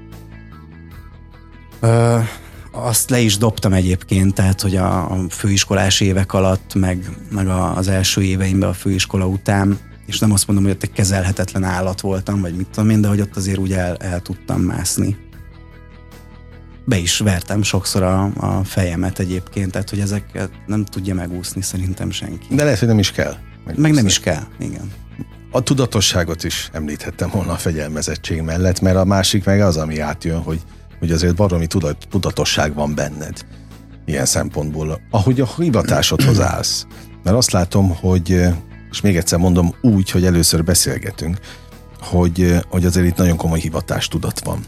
Azt le is dobtam egyébként, tehát, hogy a főiskolás évek alatt, meg az első éveimben a főiskola után, és nem azt mondom, hogy ott egy kezelhetetlen állat voltam, vagy mit tudom én, de hogy ott azért úgy el tudtam mászni. Be is vertem sokszor a fejemet egyébként, tehát, hogy ezeket nem tudja megúszni szerintem senki. De lehet, hogy nem is kell. Meg nem is kell, igen. A tudatosságot is említhettem volna a fegyelmezettség mellett, mert a másik meg az, ami átjön, hogy azért baromi tudatosság van benned ilyen szempontból, ahogy a hivatásodhoz állsz. Mert azt látom, hogy, és még egyszer mondom úgy, hogy először beszélgetünk, hogy azért itt nagyon komoly hivatástudat van.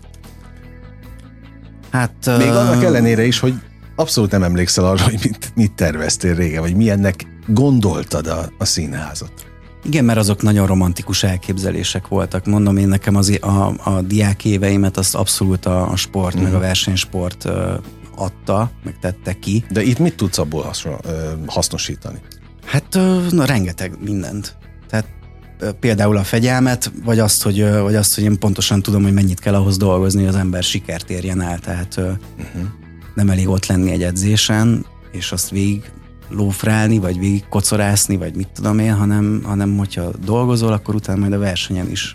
Hát... Még annak ellenére is, hogy abszolút nem emlékszel arra, hogy mit terveztél régen, vagy milyennek gondoltad a színházat. Igen, mert azok nagyon romantikus elképzelések voltak. Mondom, én nekem a diák éveimet azt abszolút a sport, meg a versenysport adta, meg tette ki. De itt mit tudsz abból hasznosítani? Hát rengeteg mindent. Tehát például a fegyelmet, vagy azt, hogy én pontosan tudom, hogy mennyit kell ahhoz dolgozni, hogy az ember sikert érjen el. Tehát nem elég ott lenni egy edzésen, és azt végig lófrálni, vagy végig kocorászni, vagy mit tudom én, hanem hogyha dolgozol, akkor utána majd a versenyen is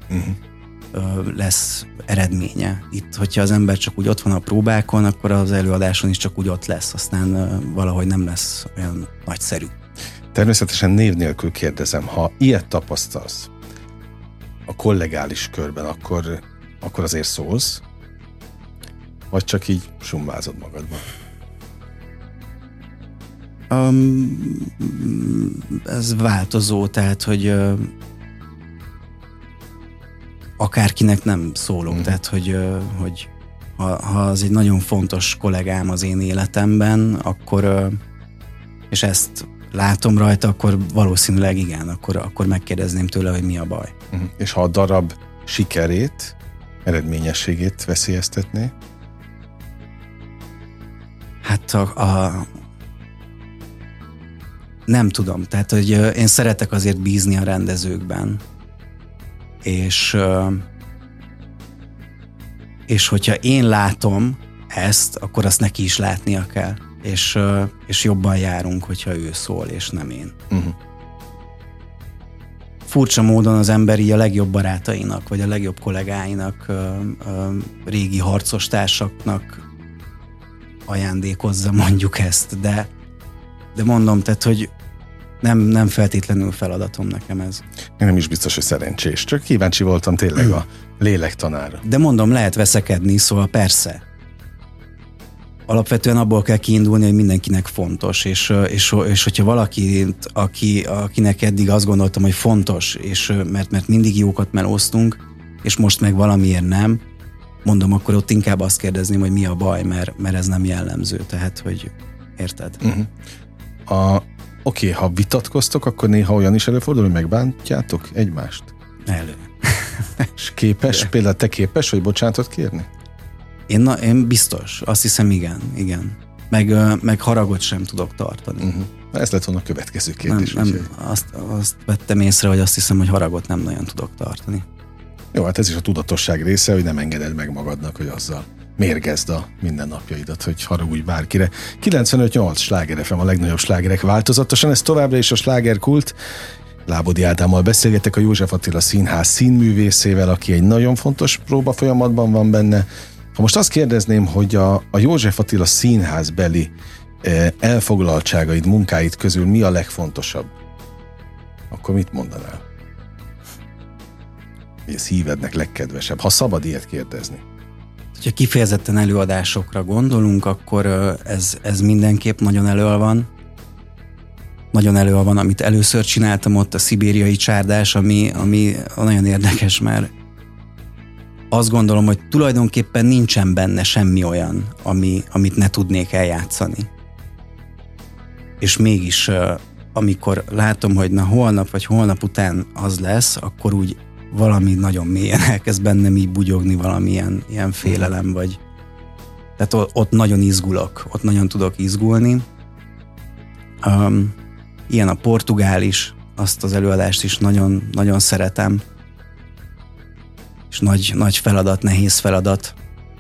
lesz eredménye. Itt, hogyha az ember csak úgy ott van a próbákon, akkor az előadáson is csak úgy ott lesz, aztán valahogy nem lesz olyan nagyszerű. Természetesen név nélkül kérdezem, ha ilyet tapasztalsz a kollegális körben, akkor azért szólsz, vagy csak így summázod magadban? Ez változó, tehát, hogy akárkinek nem szólok, tehát, hogy ha az egy nagyon fontos kollégám az én életemben, akkor, és ezt látom rajta, akkor valószínűleg igen, akkor megkérdezném tőle, hogy mi a baj. És ha a darab sikerét, eredményességét veszélyeztetné? Hát nem tudom, tehát hogy én szeretek azért bízni a rendezőkben, és hogyha én látom ezt, akkor azt neki is látnia kell, és jobban járunk, hogyha ő szól, és nem én. Furcsa módon az ember így a legjobb barátainak, vagy a legjobb kollégáinak, régi harcostársaknak ajándékozza mondjuk ezt, de mondom, tehát, hogy nem feltétlenül feladatom nekem ez. Én nem is biztos, hogy szerencsés. Csak kíváncsi voltam tényleg a lélektanára. De mondom, lehet veszekedni, szóval persze. Alapvetően abból kell kiindulni, hogy mindenkinek fontos, és hogyha valaki, akinek eddig azt gondoltam, hogy fontos, és mert mindig jókat melóztunk, és most meg valamiért nem, mondom, akkor ott inkább azt kérdezném, hogy mi a baj, mert ez nem jellemző, tehát, hogy érted? Oké, ha vitatkoztok, akkor néha olyan is előfordul, hogy megbántjátok egymást? Elő. És képes, például te képes, hogy bocsánatot kérni? Én biztos, azt hiszem igen. Meg haragot sem tudok tartani. Ez lett volna a következő kérdés. Azt vettem észre, hogy azt hiszem, hogy haragot nem nagyon tudok tartani. Jó, hát ez is a tudatosság része, hogy nem engeded meg magadnak, hogy azzal mérgezd a mindennapjaidat, hogy haragudj bárkire. 95.8 Sláger FM, a legnagyobb slágerek változatosan, ez továbbra is a slágerkult. Lábodi Ádámmal beszélgetek, a József Attila Színház színművészével, aki egy nagyon fontos próba folyamatban van benne. Ha most azt kérdezném, hogy a József Attila Színházbeli elfoglaltságaid, munkáid közül mi a legfontosabb, akkor mit mondanál? Mi a szívednek legkedvesebb, ha szabad ilyet kérdezni? Ha kifejezetten előadásokra gondolunk, akkor ez mindenképp nagyon elől van. Nagyon elő van, amit először csináltam ott, a szibériai csárdás, ami nagyon érdekes, mert azt gondolom, hogy tulajdonképpen nincsen benne semmi olyan, amit ne tudnék eljátszani. És mégis, amikor látom, hogy na holnap vagy holnap után az lesz, akkor úgy valami nagyon mélyen elkezd bennem így bugyogni, valamilyen ilyen félelem, vagy tehát ott nagyon izgulok, ott nagyon tudok izgulni. Ilyen a portugál is, azt az előadást is nagyon, nagyon szeretem. És nagy feladat, nehéz feladat.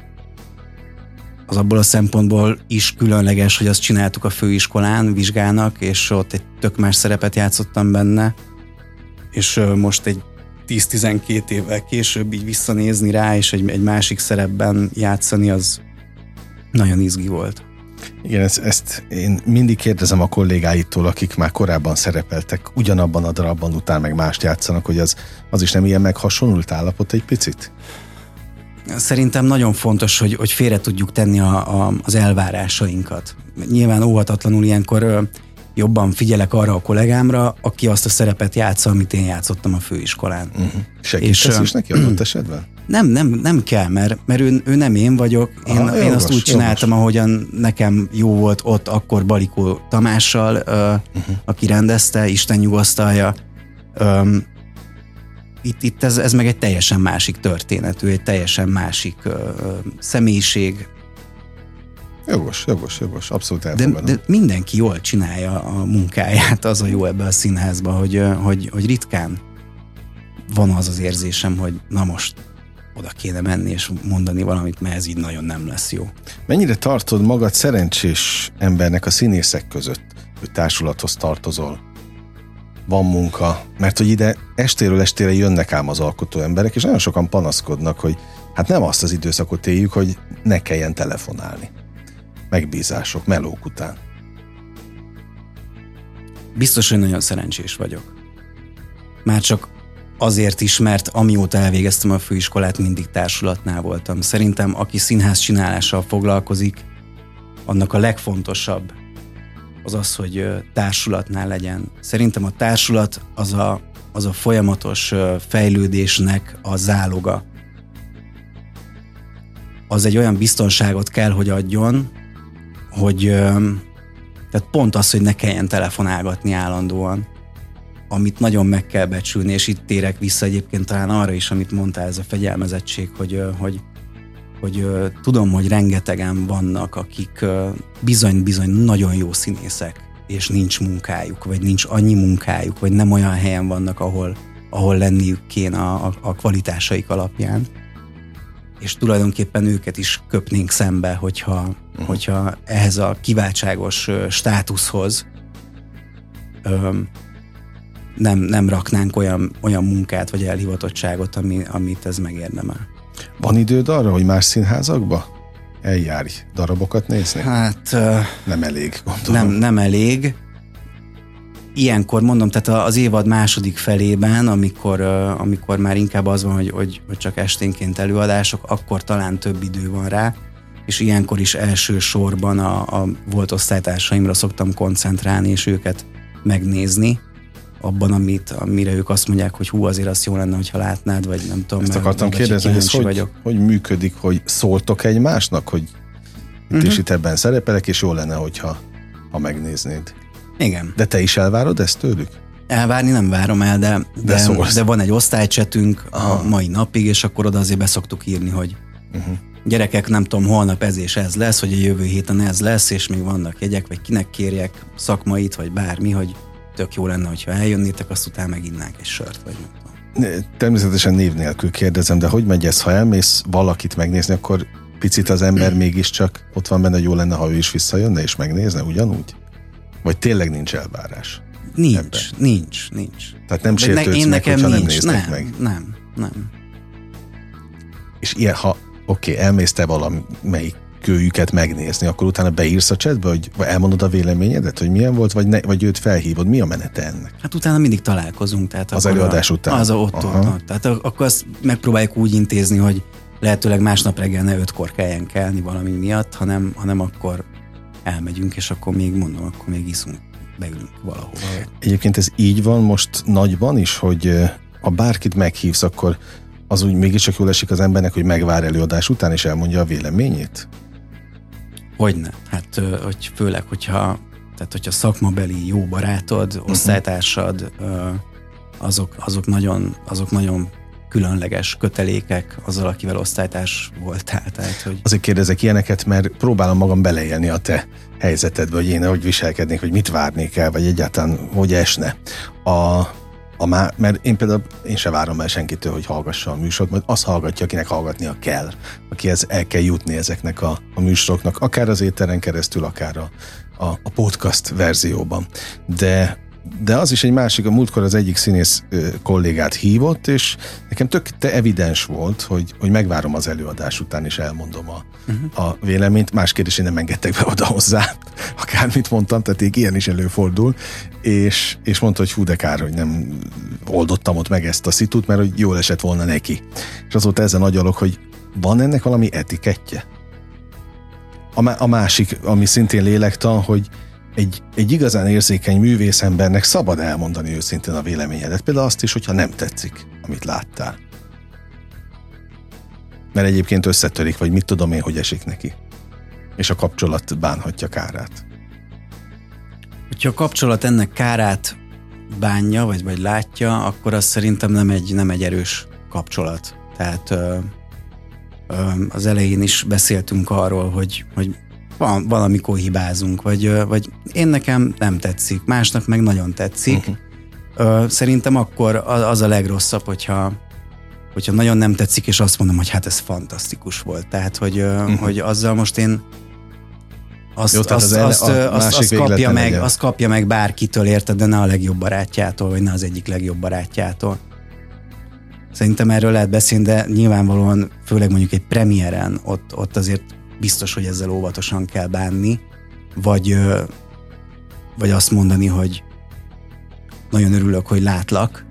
Az abból a szempontból is különleges, hogy azt csináltuk a főiskolán, vizsgának, és ott egy tök más szerepet játszottam benne, és most egy 10-12 évvel később így visszanézni rá, és egy másik szerepben játszani, az nagyon izgi volt. Igen, ezt én mindig kérdezem a kollégáitól, akik már korábban szerepeltek ugyanabban a darabban, után meg mást játszanak, hogy az is nem ilyen meghasonlult állapot egy picit? Szerintem nagyon fontos, hogy félre tudjuk tenni az elvárásainkat. Nyilván óvatatlanul ilyenkor jobban figyelek arra a kollégámra, aki azt a szerepet játsza, amit én játszottam a főiskolán. Segítesz is neki adott esetben? Nem kell, mert ő nem én vagyok. Én azt úgy csináltam, ahogyan nekem jó volt ott akkor Balikó Tamással, aki rendezte, Isten nyugosztalja. Itt ez meg egy teljesen másik történet, ő egy teljesen másik személyiség. Jogos, abszolút elfogadom. De mindenki jól csinálja a munkáját, az a jó ebbe a színházba, hogy ritkán van az érzésem, hogy na most oda kéne menni és mondani valamit, mert ez így nagyon nem lesz jó. Mennyire tartod magad szerencsés embernek a színészek között, hogy társulathoz tartozol? Van munka, mert hogy ide estéről estére jönnek ám az alkotó emberek, és nagyon sokan panaszkodnak, hogy hát nem azt az időszakot éljük, hogy ne kelljen telefonálni. Megbízások, melók után. Biztos, hogy nagyon szerencsés vagyok. Már csak azért is, mert amióta elvégeztem a főiskolát, mindig társulatnál voltam. Szerintem, aki színház csinálással foglalkozik, annak a legfontosabb az, hogy társulatnál legyen. Szerintem a társulat az a folyamatos fejlődésnek a záloga. Az egy olyan biztonságot kell, hogy adjon, hogy tehát pont az, hogy ne kelljen telefonálgatni állandóan, amit nagyon meg kell becsülni, és itt térek vissza egyébként talán arra is, amit mondtál, ez a fegyelmezettség, hogy tudom, hogy rengetegen vannak, akik bizony-bizony nagyon jó színészek, és nincs munkájuk, vagy nincs annyi munkájuk, vagy nem olyan helyen vannak, ahol lenniük kéne a kvalitásaik alapján. És tulajdonképpen őket is köpnénk szembe, hogyha ehhez a kiváltságos státuszhoz nem raknánk olyan munkát vagy elhivatottságot, amit ez megérdemel. Van időd arra, hogy más színházakba eljárj darabokat nézni? Hát... nem elég, gondolom. Nem elég. Ilyenkor mondom, tehát az évad második felében, amikor már inkább az van, hogy csak esténként előadások, akkor talán több idő van rá, és ilyenkor is elsősorban a volt osztálytársaimra szoktam koncentrálni, és őket megnézni abban, amire ők azt mondják, hogy hú, azért azt jó lenne, hogyha látnád, vagy nem tudom. Ezt akartam kérdezni, hogy ez hogy működik, hogy szóltok egymásnak, hogy itt és itt ebben szerepelek, és jó lenne, hogyha megnéznéd. Igen. De te is elvárod ezt tőlük? Elvárni nem várom el, de van egy osztálycsetünk a mai napig, és akkor oda azért beszoktuk írni, hogy gyerekek, nem tudom, holnap ez és ez lesz, vagy a jövő héten ez lesz, és még vannak jegyek, vagy kinek kérjek szakmait, vagy bármi, hogy tök jó lenne, hogyha eljönnétek, azt utána meginnánk egy sört, vagy nem tudom. Természetesen név nélkül kérdezem, de hogy megy ez, ha elmész valakit megnézni, akkor picit az ember mégiscsak ott van benne, hogy jó lenne, ha ő is visszajönne és megnézne ugyanúgy? Vagy tényleg nincs elvárás? Nincs. Tehát nem sértődsz meg, hogyha nem néznek meg? Nem. És ilyen, ha elmész te valamelyik kőjüket megnézni, akkor utána beírsz a chatbe, hogy elmondod a véleményedet, hogy milyen volt, vagy őt felhívod, mi a menete ennek? Hát utána mindig találkozunk. Tehát az előadás után? Az ott. Tehát akkor azt megpróbáljuk úgy intézni, hogy lehetőleg másnap reggel ne 5-kor kelljen kelni valami miatt, hanem akkor elmegyünk, és akkor még iszunk, beülünk valahova. Egyébként ez így van most nagyban is, hogy ha bárkit meghívsz, akkor az úgy mégiscsak jól esik az embernek, hogy megvár előadás után, és elmondja a véleményét? Hogyne. Hát, hogy főleg, hogyha szakmabeli jó barátod, osztálytársad, azok nagyon különleges kötelékek azzal, akivel osztálytárs voltál. Tehát, hogy... Azért kérdezek ilyeneket, mert próbálom magam beleélni a te helyzetedbe, hogy én hogy viselkednék, hogy mit várnék el, vagy egyáltalán hogy esne. Mert én se várom el senkitől, hogy hallgassa a műsort, majd azt hallgatja, akinek hallgatnia kell, akihez el kell jutni ezeknek a műsoroknak, akár az éteren keresztül, akár a podcast verzióban. De az is egy másik, a múltkor az egyik színész kollégát hívott, és nekem tök evidens volt, hogy megvárom az előadás után, és elmondom a véleményt. Más kérdés, én nem engedtek be oda hozzá, akármit mondtam, tehát ilyen is előfordul, és mondta, hogy hú, de kár, hogy nem oldottam ott meg ezt a szitut, mert hogy jól esett volna neki. És azóta ezen agyalok, hogy van ennek valami etikettje? A másik, ami szintén lélektan, hogy egy igazán érzékeny művészembernek szabad elmondani őszintén a véleményedet. Például azt is, hogyha nem tetszik, amit láttál. Mert egyébként összetörik, vagy mit tudom én, hogy esik neki. És a kapcsolat bánhatja kárát. Hogyha a kapcsolat ennek kárát bánja, vagy látja, akkor az szerintem nem egy erős kapcsolat. Tehát az elején is beszéltünk arról, hogy valamikor hibázunk, vagy én nekem nem tetszik, másnak meg nagyon tetszik. Szerintem akkor az a legrosszabb, hogyha nagyon nem tetszik, és azt mondom, hogy hát ez fantasztikus volt. Tehát, hogy azzal most én azt kapja meg bárkitől, érted, de ne a legjobb barátjától, vagy ne az egyik legjobb barátjától. Szerintem erről lehet beszélni, de nyilvánvalóan, főleg mondjuk egy premiéren, ott azért biztos, hogy ezzel óvatosan kell bánni, vagy azt mondani, hogy nagyon örülök, hogy látlak,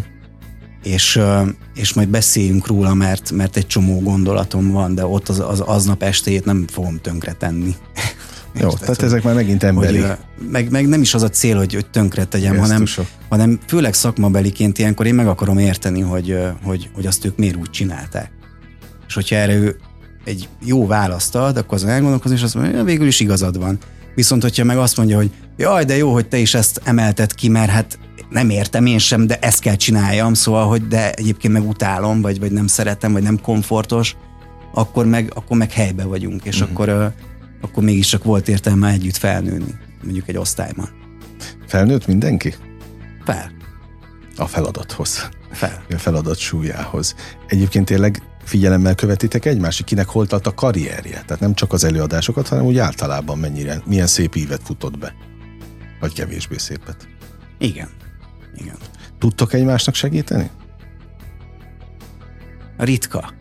és majd beszéljünk róla, mert egy csomó gondolatom van, de ott aznap estéjét nem fogom tönkretenni. Jó, tehát ezek már megint emberi. Meg nem is az a cél, hogy tönkre tegyem, hanem főleg szakmabeliként ilyenkor én meg akarom érteni, hogy azt ők miért úgy csinálták. És hogyha erre ő egy jó választ ad, akkor azon elgondolkozni, és azt mondja, hogy végül is igazad van. Viszont hogyha meg azt mondja, hogy jaj, de jó, hogy te is ezt emelted ki, mert hát nem értem én sem, de ezt kell csináljam, szóval, hogy de egyébként meg utálom, vagy nem szeretem, vagy nem komfortos, akkor meg helybe vagyunk, és akkor mégiscsak volt értelme együtt felnőni, mondjuk egy osztályban. Felnőtt mindenki? Fel. A feladathoz. Fel. A feladat súlyához. Egyébként tényleg figyelemmel követitek egymást, kinek hol tart a karrierje? Tehát nem csak az előadásokat, hanem úgy általában milyen szép ívet futott be? Vagy kevésbé szépet? Igen. Tudtok egymásnak segíteni? Ritka.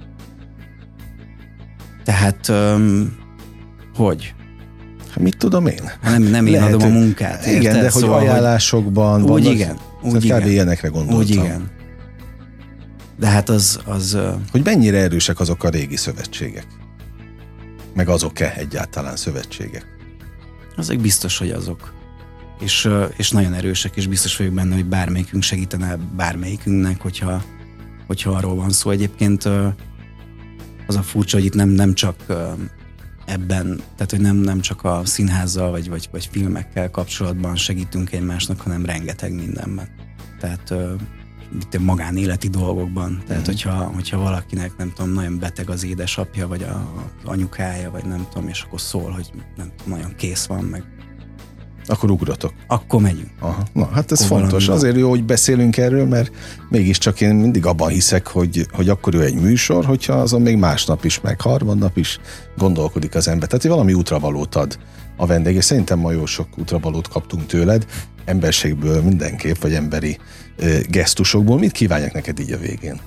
Tehát, hogy? Hát mit tudom én? Nem én adom a munkát. Igen, érted? De hogy szóval, ajánlásokban úgy igen. Úgy igen. Kb. Ilyenekre gondoltam. Úgy igen. De hát az... Hogy mennyire erősek azok a régi szövetségek? Meg azok-e egyáltalán szövetségek? Azok biztos, hogy azok. És nagyon erősek, és biztos vagyok benne, hogy bármelyikünk segítene bármelyikünknek, hogyha arról van szó. Egyébként az a furcsa, hogy itt nem csak ebben, tehát hogy nem csak a színházzal vagy filmekkel kapcsolatban segítünk egymásnak, hanem rengeteg mindenben. Tehát magánéleti dolgokban. Tehát hogyha valakinek, nem tudom, nagyon beteg az édesapja, vagy az anyukája, vagy nem tudom, és akkor szól, hogy nem tudom, nagyon kész van, meg akkor ugratok. Akkor megyünk. Aha. Na, hát ez fontos. Azért jó, hogy beszélünk erről, mert mégiscsak én mindig abban hiszek, hogy akkor ő egy műsor, hogyha azon még másnap is, meg harmadnap is gondolkodik az ember. Tehát valami útravalót ad a vendég, és szerintem ma jó sok útravalót kaptunk tőled, emberségből mindenképp, vagy emberi gesztusokból. Mit kívánják neked így a végén?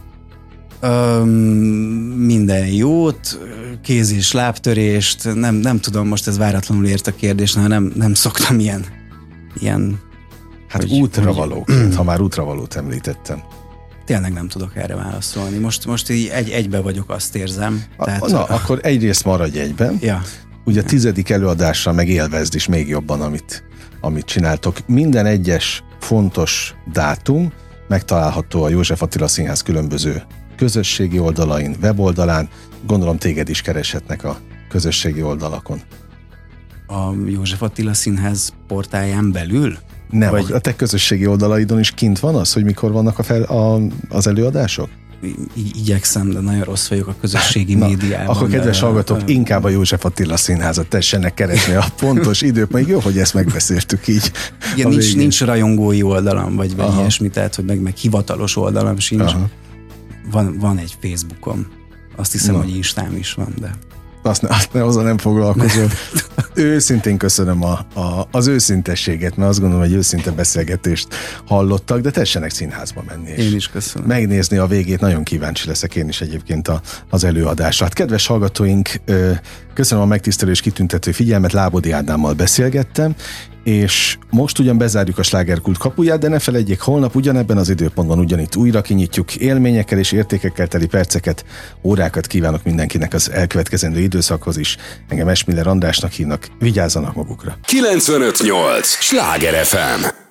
Minden jót, kéz- és lábtörést, nem tudom, most ez váratlanul ért a kérdés, nem szoktam ilyen hát útravalóként, ha már útravalót említettem. Tényleg nem tudok erre válaszolni. Most így egybe vagyok, azt érzem. Akkor egyrészt maradj egyben. Ja. Ugye a 10. előadásra meg élvezd is még jobban, amit csináltok. Minden egyes fontos dátum megtalálható a József Attila Színház különböző közösségi oldalain, weboldalán. Gondolom téged is kereshetnek a közösségi oldalakon. A József Attila Színház portáján belül? Nem, vagy a te közösségi oldalaidon is kint van az, hogy mikor vannak az előadások? Igyekszem, de nagyon rossz vagyok a közösségi médiában. Akkor kedves hallgatók, inkább a József Attila Színházat tessenek keresni a pontos időt, még jó, hogy ezt megbeszéltük így. Igen, nincs rajongói oldalam, vagy ilyesmi, tehát hogy meg hivatalos oldalam sincs. Van egy Facebookom. Azt hiszem, hogy Instám is van, de... Azzal nem foglalkozom. Őszintén köszönöm az őszintességet, mert azt gondolom, hogy őszinte beszélgetést hallottak, de tessenek színházba menni. Én is köszönöm. Megnézni a végét, nagyon kíváncsi leszek én is egyébként az előadásra. Hát kedves hallgatóink, köszönöm a megtisztelő és kitüntető figyelmet, Lábodi Ádámmal beszélgettem, és most ugyan bezárjuk a Slágerkult kapuját, de ne feledjék, holnap ugyanebben az időpontban ugyanitt újra kinyitjuk. Élményekkel és értékekkel teli perceket, órákat kívánok mindenkinek az elkövetkezendő időszakhoz is. Engem Esmiller Andrásnak hívnak, vigyázzanak magukra. 95.8 Sláger FM